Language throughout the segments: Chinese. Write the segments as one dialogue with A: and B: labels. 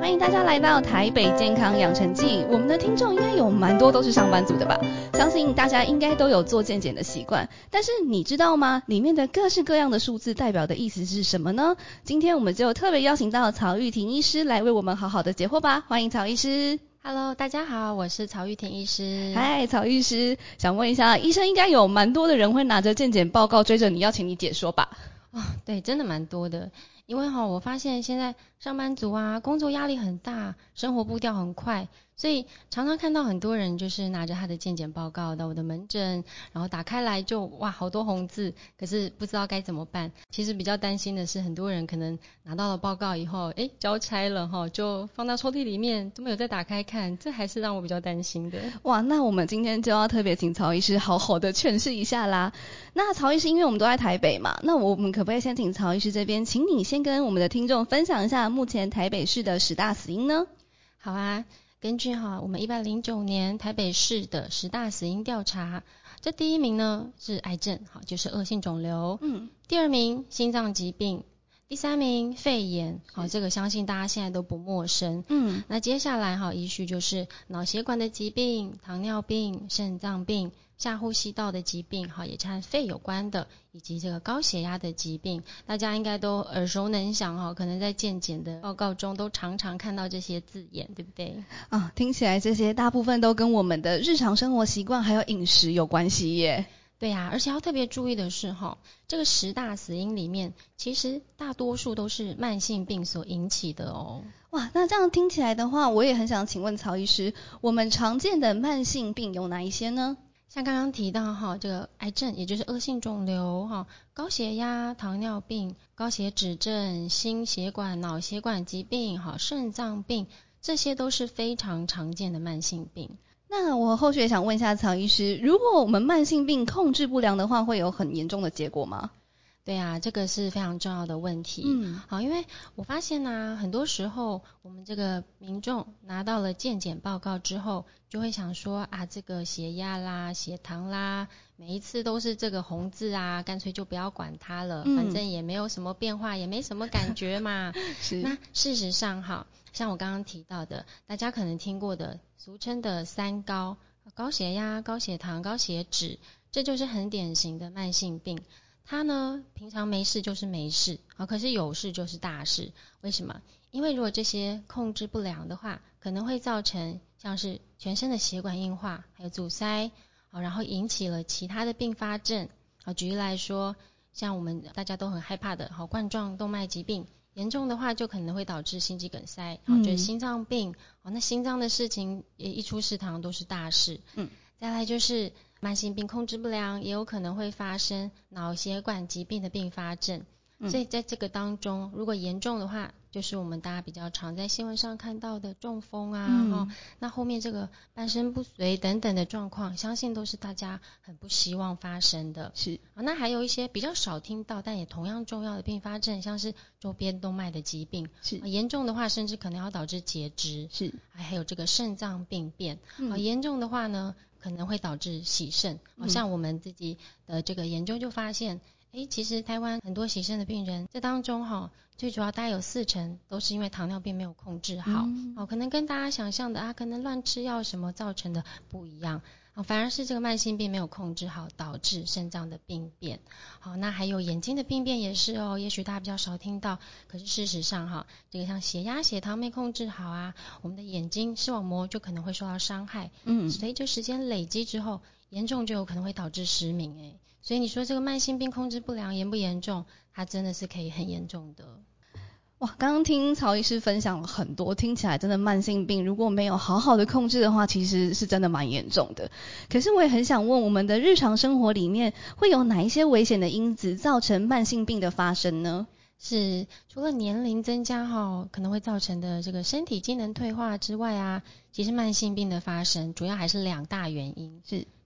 A: 欢迎大家来到台北健康养成记。我们的听众应该有蛮多都是上班族的吧？相信大家应该都有做健检的习惯。但是你知道吗？里面的各式各样的数字代表的意思是什么呢？今天我们就特别邀请到曹玉婷医师来为我们好好的解惑吧。欢迎曹医师。
B: Hello， 大家好，我是曹玉婷医师。
A: 嗨，曹医师，想问一下，医生应该有蛮多的人会拿着健检报告追着你要请你解说吧？
B: 对，真的蛮多的。因为我发现现在上班族啊，工作压力很大，生活步调很快，所以常常看到很多人就是拿着他的健检报告到我的门诊，然后打开来就哇好多红字，可是不知道该怎么办。其实比较担心的是，很多人可能拿到了报告以后，交差了就放到抽屉里面，都没有再打开看，这还是让我比较担心的。
A: 哇，那我们今天就要特别请曹医师好好的诠释一下啦。那曹医师，因为我们都在台北嘛，那我们可不可以先请曹医师这边，请你先跟我们的听众分享一下目前台北市的10大死因呢？
B: 好啊，根据我们109年台北市的10大死因调查，这第一名呢是癌症，就是恶性肿瘤。第二名心脏疾病，第三名肺炎，这个相信大家现在都不陌生。那接下来依序就是脑血管的疾病、糖尿病、肾脏病、下呼吸道的疾病，也和肺有关的，以及这个高血压的疾病，大家应该都耳熟能详，可能在健检的报告中都常常看到这些字眼，对不对？
A: 听起来这些大部分都跟我们的日常生活习惯还有饮食有关系耶。
B: 对啊，而且要特别注意的是这个10大死因里面，其实大多数都是慢性病所引起的哦。
A: 哇，那这样听起来的话，我也很想请问曹医师，我们常见的慢性病有哪一些呢？
B: 像刚刚提到这个癌症，也就是恶性肿瘤高血压、糖尿病、高血脂症、心血管、脑血管疾病肾脏病，这些都是非常常见的慢性病。
A: 那我后续也想问一下曹医师，如果我们慢性病控制不良的话，会有很严重的结果吗？
B: 对啊，这个是非常重要的问题。因为我发现很多时候我们这个民众拿到了健检报告之后，就会想说这个血压啦、血糖啦，每一次都是这个红字干脆就不要管它了，反正也没有什么变化，也没什么感觉嘛。
A: 是。
B: 那事实上像我刚刚提到的，大家可能听过的俗称的3高，高血压、高血糖、高血脂，这就是很典型的慢性病。它呢平常没事就是没事，可是有事就是大事。为什么？因为如果这些控制不良的话，可能会造成像是全身的血管硬化还有阻塞，然后引起了其他的并发症。举例来说，像我们大家都很害怕的冠状动脉疾病，严重的话就可能会导致心肌梗塞，就是心脏病。那心脏的事情也一出事堂都是大事。再来就是慢性病控制不良，也有可能会发生脑血管疾病的并发症。所以在这个当中，如果严重的话，就是我们大家比较常在新闻上看到的中风那后面这个半身不遂等等的状况，相信都是大家很不希望发生的。
A: 是。
B: 那还有一些比较少听到但也同样重要的并发症，像是周边动脉的疾病，
A: 是。
B: 严重的话甚至可能要导致截肢。
A: 是。
B: 还有这个肾脏病变，严重的话呢可能会导致洗肾。像我们自己的这个研究就发现，其实台湾很多洗肾的病人，这当中最主要大概有40%都是因为糖尿病没有控制好。可能跟大家想象的可能乱吃药什么造成的不一样。反而是这个慢性病没有控制好，导致肾脏的病变。那还有眼睛的病变也是也许大家比较少听到，可是事实上这个像血压、血糖没控制好我们的眼睛视网膜就可能会受到伤害。随着时间累积之后，严重就有可能会导致失明。所以你说这个慢性病控制不良严不严重？它真的是可以很严重的。
A: 哇，刚刚听曹医师分享了很多，听起来真的慢性病如果没有好好的控制的话，其实是真的蛮严重的。可是我也很想问，我们的日常生活里面会有哪一些危险的因子造成慢性病的发生呢？
B: 是除了年龄增加可能会造成的这个身体机能退化之外其实慢性病的发生主要还是2大原因。是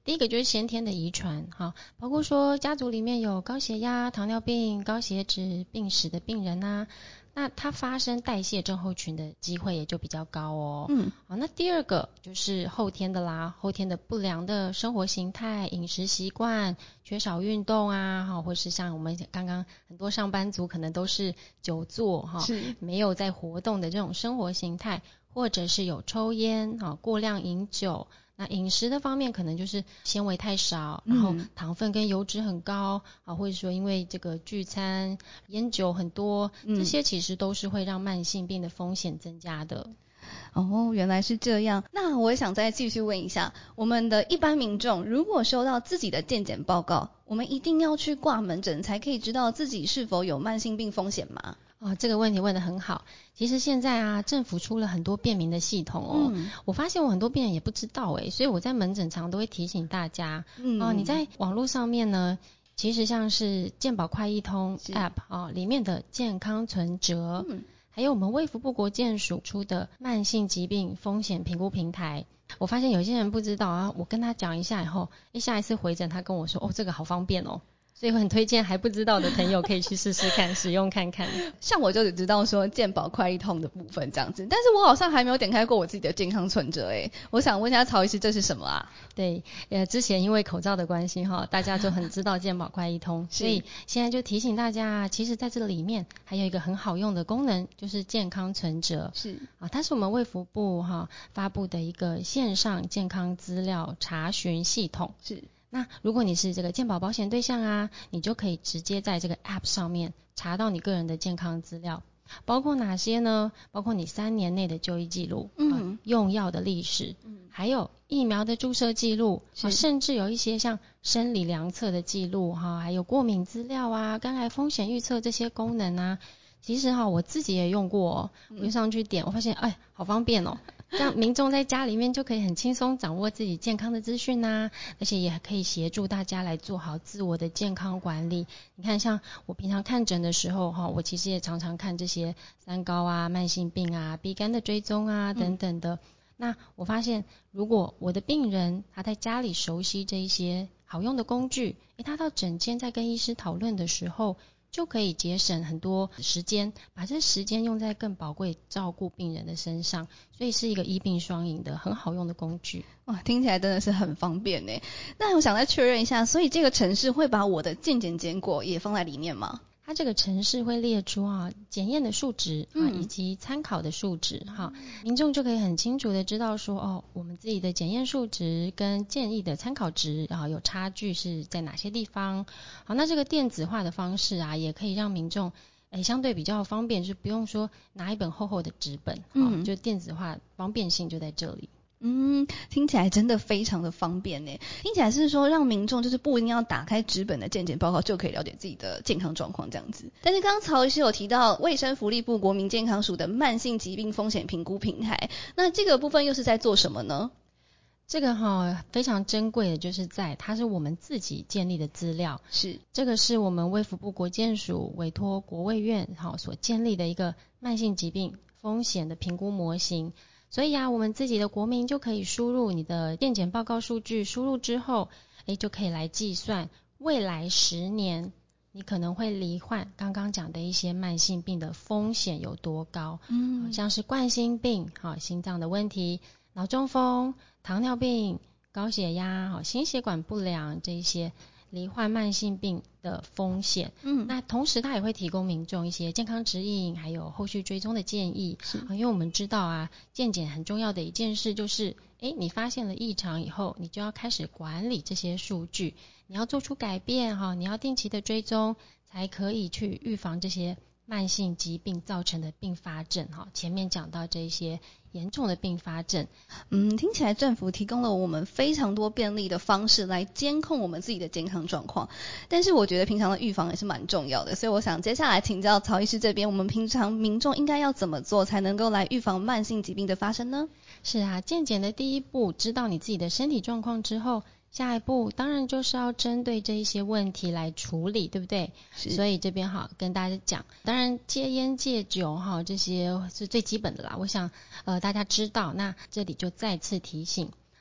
B: 第一个就是先天的遗传哈，包括说家族里面有高血压、糖尿病、高血脂病史的病人啊，那它发生代谢症候群的机会也就比较高哦。好，那第二个就是后天的啦，后天的不良的生活形态、饮食习惯、缺少运动啊，或是像我们刚刚很多上班族可能都是久坐哈，没有在活动的这种生活形态，或者是有抽烟过量饮酒。那饮食的方面可能就是纤维太少，然后糖分跟油脂很高或者说因为这个聚餐烟酒很多，这些其实都是会让慢性病的风险增加的。
A: 哦，原来是这样。那我想再继续问一下，我们的一般民众如果收到自己的健检报告，我们一定要去挂门诊才可以知道自己是否有慢性病风险吗？
B: 这个问题问得很好。其实现在啊，政府出了很多便民的系统我发现我很多病人也不知道所以我在门诊常都会提醒大家你在网络上面呢，其实像是健保快易通 App 里面的健康存折还有我们卫福部国健署出的慢性疾病风险评估平台，我发现有些人不知道我跟他讲一下以后，下一次回诊他跟我说这个好方便所以我很推荐还不知道的朋友可以去试试看使用看看。
A: 像我就只知道说健保快易通的部分这样子，但是我好像还没有点开过我自己的健康存折我想问一下曹医师，这是什么啊？
B: 对，之前因为口罩的关系大家就很知道健保快易通所以现在就提醒大家，其实在这里面还有一个很好用的功能，就是健康存折它是我们卫福部发布的一个线上健康资料查询系统那如果你是这个健保保险对象你就可以直接在这个 App 上面查到你个人的健康资料，包括哪些呢？包括你3年内的就医记录用药的历史还有疫苗的注射记录甚至有一些像生理量测的记录还有过敏资料肝癌风险预测这些功能其实我自己也用过我就上去点，我发现好方便这样民众在家里面就可以很轻松掌握自己健康的资讯而且也可以协助大家来做好自我的健康管理。你看像我平常看诊的时候我其实也常常看这些三高慢性病B 肝的追踪等等的那我发现如果我的病人他在家里熟悉这一些好用的工具他到诊间在跟医师讨论的时候就可以节省很多时间，把这时间用在更宝贵照顾病人的身上，所以是一个医病双赢的很好用的工具。
A: 哇，听起来真的是很方便那我想再确认一下，所以这个程式会把我的健检结果也放在里面吗？
B: 它这个程式会列出检验的数值以及参考的数值民众就可以很清楚的知道说我们自己的检验数值跟建议的参考值有差距是在哪些地方。好，那这个电子化的方式也可以让民众相对比较方便，就是不用说拿一本厚厚的纸本就电子化方便性就在这里。
A: 听起来真的非常的方便听起来是说让民众就是不一定要打开纸本的健检报告就可以了解自己的健康状况这样子。但是刚刚曹医师有提到卫生福利部国民健康署的慢性疾病风险评估平台，那这个部分又是在做什么呢？
B: 这个非常珍贵的就是它是我们自己建立的资料，这个是我们卫福部国健署委托国卫院所建立的一个慢性疾病风险的评估模型。所以我们自己的国民就可以输入你的健检报告数据，输入之后就可以来计算未来10年你可能会罹患刚刚讲的一些慢性病的风险有多高像是冠心病心脏的问题，脑中风、糖尿病、高血压心血管不良这一些罹患慢性病的风险那同时它也会提供民众一些健康指引还有后续追踪的建议因为我们知道健检很重要的一件事就是你发现了异常以后，你就要开始管理这些数据，你要做出改变你要定期的追踪，才可以去预防这些慢性疾病造成的并发症前面讲到这些严重的并发症
A: 听起来政府提供了我们非常多便利的方式来监控我们自己的健康状况，但是我觉得平常的预防也是蛮重要的，所以我想接下来请教曹医师这边，我们平常民众应该要怎么做才能够来预防慢性疾病的发生呢？
B: 是健检的第一步，知道你自己的身体状况之后，下一步当然就是要针对这一些问题来处理，对不对？所以这边跟大家讲，当然戒烟戒酒这些是最基本的啦，我想大家知道，那这里就再次提醒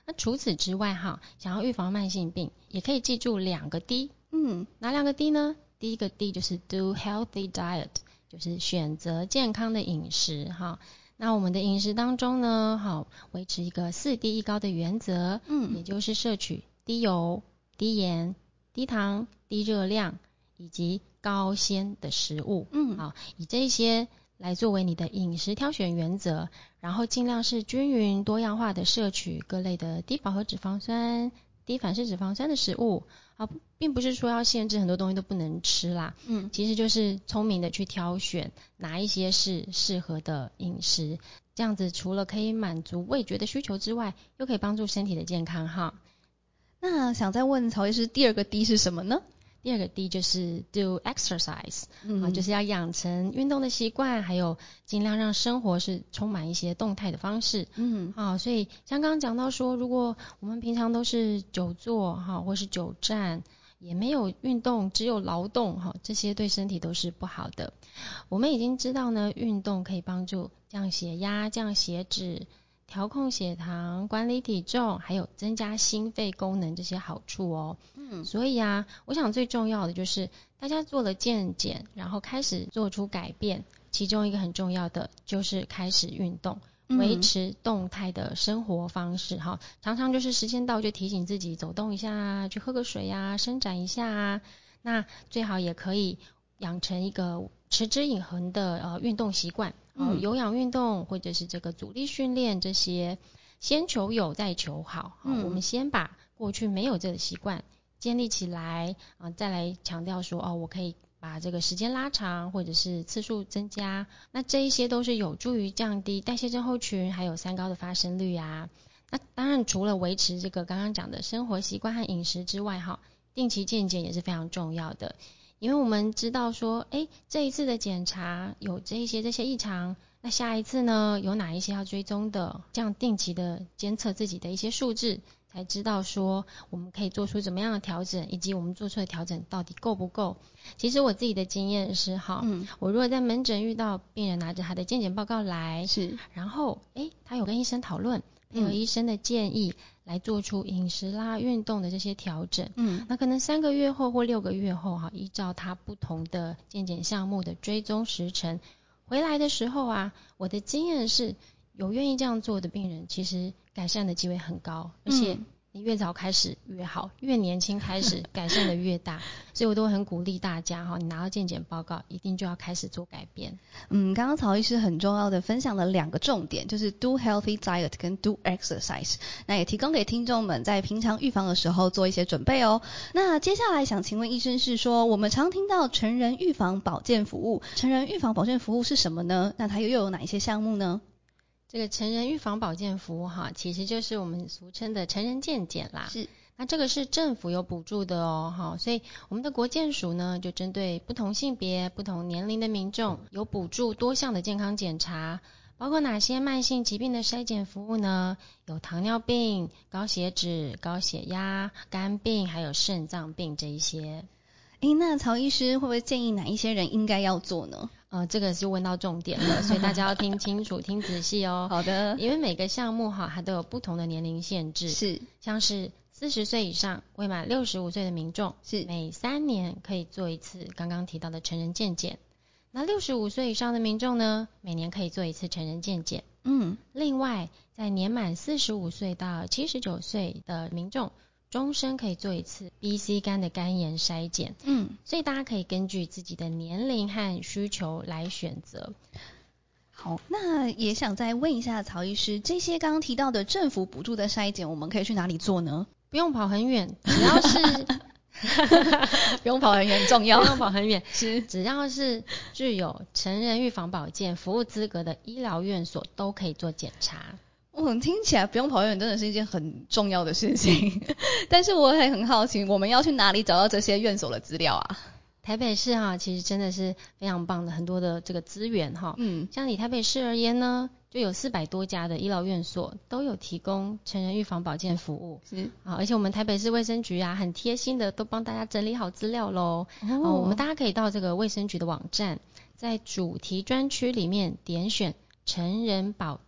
B: 那除此之外哈，想要预防慢性病，也可以记住2个 D。哪2个 D 呢？第一个 D 就是 Do Healthy Diet， 就是选择健康的饮食哈。那我们的饮食当中呢，维持一个4低1高的原则，也就是摄取低油、低盐、低糖、低热量以及高纤的食物。以这些来作为你的饮食挑选原则，然后尽量是均匀多样化的摄取各类的低饱和脂肪酸、低反式脂肪酸的食物。并不是说要限制很多东西都不能吃啦，其实就是聪明的去挑选哪一些是适合的饮食，这样子除了可以满足味觉的需求之外，又可以帮助身体的健康哈。
A: 那想再问曹医师，第2个 D 是什么呢？
B: 第2个 D 就是 Do Exercise，就是要养成运动的习惯，还有尽量让生活是充满一些动态的方式。所以像刚刚讲到说，如果我们平常都是久坐或是久站，也没有运动，只有劳动这些对身体都是不好的。我们已经知道呢，运动可以帮助降血压、降血脂、调控血糖、管理体重，还有增加心肺功能这些好处哦。所以我想最重要的就是大家做了健检，然后开始做出改变，其中一个很重要的就是开始运动，维持动态的生活方式常常就是时间到就提醒自己走动一下，去喝个水伸展一下那最好也可以养成一个持之以恒的运动习惯，有氧运动或者是这个阻力训练，这些先求有再求好。我们先把过去没有这个习惯建立起来，再来强调说我可以把这个时间拉长，或者是次数增加，那这一些都是有助于降低代谢症候群还有三高的发生率那当然除了维持这个刚刚讲的生活习惯和饮食之外定期健检也是非常重要的。因为我们知道说这一次的检查有这些异常，那下一次呢有哪一些要追踪的，这样定期的监测自己的一些数字，才知道说我们可以做出怎么样的调整，以及我们做出的调整到底够不够。其实我自己的经验是我如果在门诊遇到病人拿着他的健检报告来，然后他有跟医生讨论，配合医生的建议来做出饮食运动的这些调整，那可能3个月后或6个月后依照他不同的健检项目的追踪时程回来的时候我的经验是有愿意这样做的病人其实改善的机会很高，而且你越早开始越好，越年轻开始改善的越大，所以我都很鼓励大家你拿到健检报告一定就要开始做改变。
A: 刚刚曹医师很重要的分享了2个重点，就是 Do Healthy Diet 跟 Do Exercise， 那也提供给听众们在平常预防的时候做一些准备哦。那接下来想请问医生是说，我们常听到成人预防保健服务，成人预防保健服务是什么呢？那它又有哪一些项目呢？
B: 这个成人预防保健服务其实就是我们俗称的成人健检啦。是，那这个是政府有补助的哦，所以我们的国健署呢就针对不同性别、不同年龄的民众有补助多项的健康检查，包括哪些慢性疾病的筛检服务呢？有糖尿病、高血脂、高血压、肝病还有肾脏病这一些。
A: 那曹医师会不会建议哪一些人应该要做呢？
B: 这个是问到重点了，所以大家要听清楚听仔细哦。
A: 好的。
B: 因为每个项目它都有不同的年龄限制，是像是40岁以上未满65岁的民众，是每3年可以做一次刚刚提到的成人健检，那65岁以上的民众呢，每年可以做一次成人健检。另外在年满45岁到79岁的民众，终身可以做一次 B、C 肝的肝炎筛检。所以大家可以根据自己的年龄和需求来选择。
A: 好，那也想再问一下曹医师，这些刚刚提到的政府补助的筛检，我们可以去哪里做呢？
B: 不用跑很远，只要是
A: 不用跑很远，重要。
B: 不用跑很远，是只要是具有成人预防保健服务资格的医疗院所都可以做检查。
A: 听起来不用跑很远真的是一件很重要的事情但是我也很好奇，我们要去哪里找到这些院所的资料啊？
B: 台北市其实真的是非常棒的，很多的这个资源像以台北市而言呢，就有400多家的医疗院所都有提供成人预防保健服务。而且我们台北市卫生局很贴心的都帮大家整理好资料咯。我们大家可以到这个卫生局的网站，在主题专区里面点选成人保健，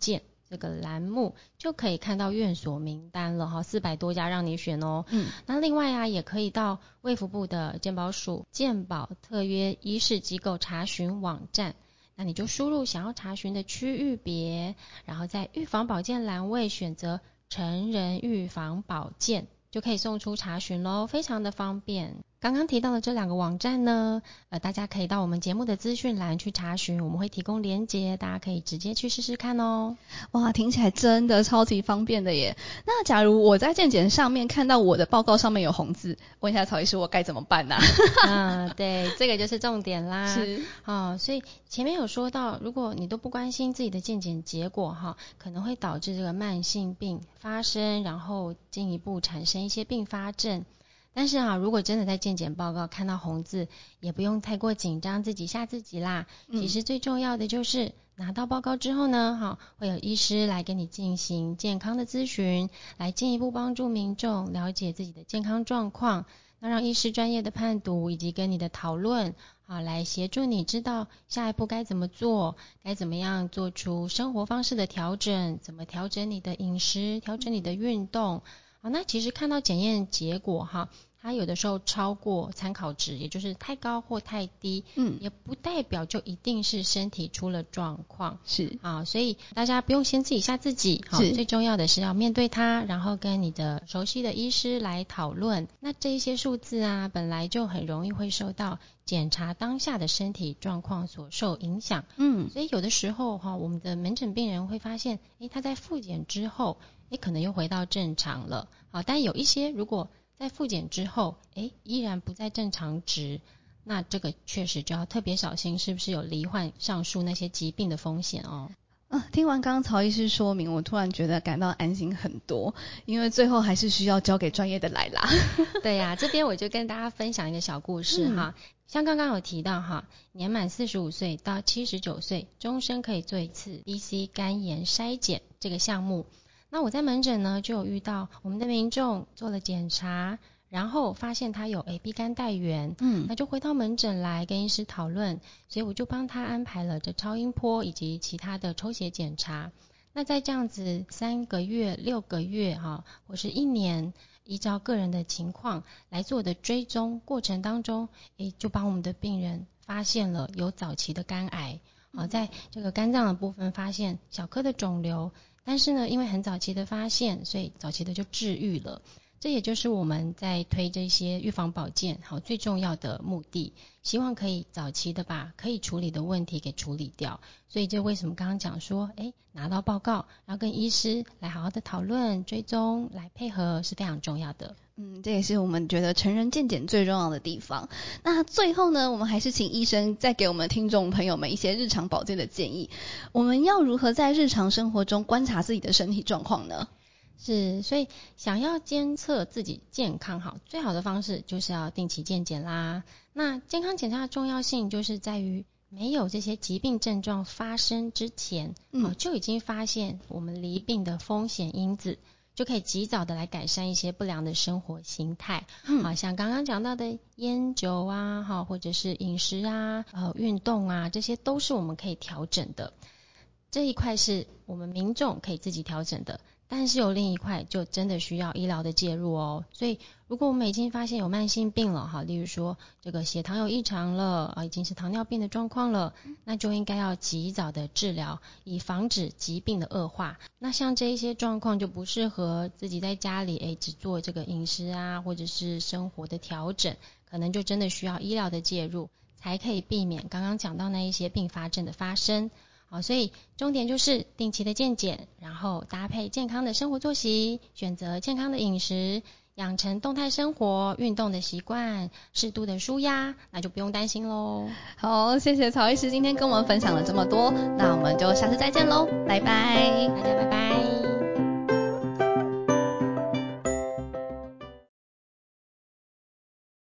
B: 这个栏目就可以看到院所名单了哈，400多家让你选哦。那另外啊，也可以到卫福部的健保署健保特约医事机构查询网站，那你就输入想要查询的区域别，然后在预防保健栏位选择成人预防保健，就可以送出查询咯，非常的方便。刚刚提到的这2个网站呢，大家可以到我们节目的资讯栏去查询，我们会提供连结，大家可以直接去试试看哦。
A: 哇，听起来真的超级方便的耶。那假如我在健检上面看到我的报告上面有红字，问一下曹医师我该怎么办呢？
B: 对，这个就是重点啦。
A: 是
B: 所以前面有说到，如果你都不关心自己的健检结果可能会导致这个慢性病发生，然后进一步产生一些并发症。但是如果真的在健检报告看到红字，也不用太过紧张，自己吓自己啦。其实最重要的就是拿到报告之后呢，会有医师来给你进行健康的咨询，来进一步帮助民众了解自己的健康状况，那让医师专业的判读以及跟你的讨论来协助你知道下一步该怎么做，该怎么样做出生活方式的调整，怎么调整你的饮食，调整你的运动。那其实看到检验结果它有的时候超过参考值，也就是太高或太低，也不代表就一定是身体出了状况。
A: 是
B: 所以大家不用先自己吓自己，最重要的是要面对它，然后跟你的熟悉的医师来讨论。那这一些数字本来就很容易会受到检查当下的身体状况所受影响。所以有的时候我们的门诊病人会发现，他在复检之后，可能又回到正常了。但有一些如果在复检之后依然不在正常值，那这个确实就要特别小心，是不是有罹患上述那些疾病的风险哦。
A: 听完刚刚曹医师说明，我突然觉得感到安心很多，因为最后还是需要交给专业的来啦。
B: 对呀，这边我就跟大家分享一个小故事像刚刚有提到年满45岁到79岁终身可以做一次 BC 肝炎筛检这个项目。那我在门诊呢就有遇到我们的民众做了检查，然后发现他有 B 肝带源，那就回到门诊来跟医师讨论，所以我就帮他安排了这超音波以及其他的抽血检查。那在这样子3个月、6个月或是1年，依照个人的情况来做的追踪过程当中，就帮我们的病人发现了有早期的肝癌，在这个肝脏的部分发现小颗的肿瘤，但是呢因为很早期的发现，所以早期的就治愈了。这也就是我们在推这些预防保健最重要的目的，希望可以早期的把可以处理的问题给处理掉。所以这为什么刚刚讲说拿到报告然后跟医师来好好的讨论追踪来配合是非常重要的。
A: 这也是我们觉得成人健检最重要的地方。那最后呢，我们还是请医生再给我们听众朋友们一些日常保健的建议。我们要如何在日常生活中观察自己的身体状况呢？
B: 是，所以想要监测自己健康最好的方式就是要定期健检啦。那健康检查的重要性就是在于没有这些疾病症状发生之前，就已经发现我们罹病的风险因子，就可以及早的来改善一些不良的生活形态。像刚刚讲到的烟酒或者是饮食运动这些都是我们可以调整的。这一块是我们民众可以自己调整的，但是有另一块就真的需要医疗的介入哦。所以如果我们已经发现有慢性病了例如说这个血糖有异常了已经是糖尿病的状况了，那就应该要及早的治疗，以防止疾病的恶化。那像这一些状况就不适合自己在家里只做这个饮食或者是生活的调整，可能就真的需要医疗的介入，才可以避免刚刚讲到那一些并发症的发生。所以重点就是定期的健检，然后搭配健康的生活作息，选择健康的饮食，养成动态生活运动的习惯，适度的舒压，那就不用担心咯。
A: 好，谢谢曹医师今天跟我们分享了这么多，那我们就下次再见咯，拜拜。
B: 大家拜拜。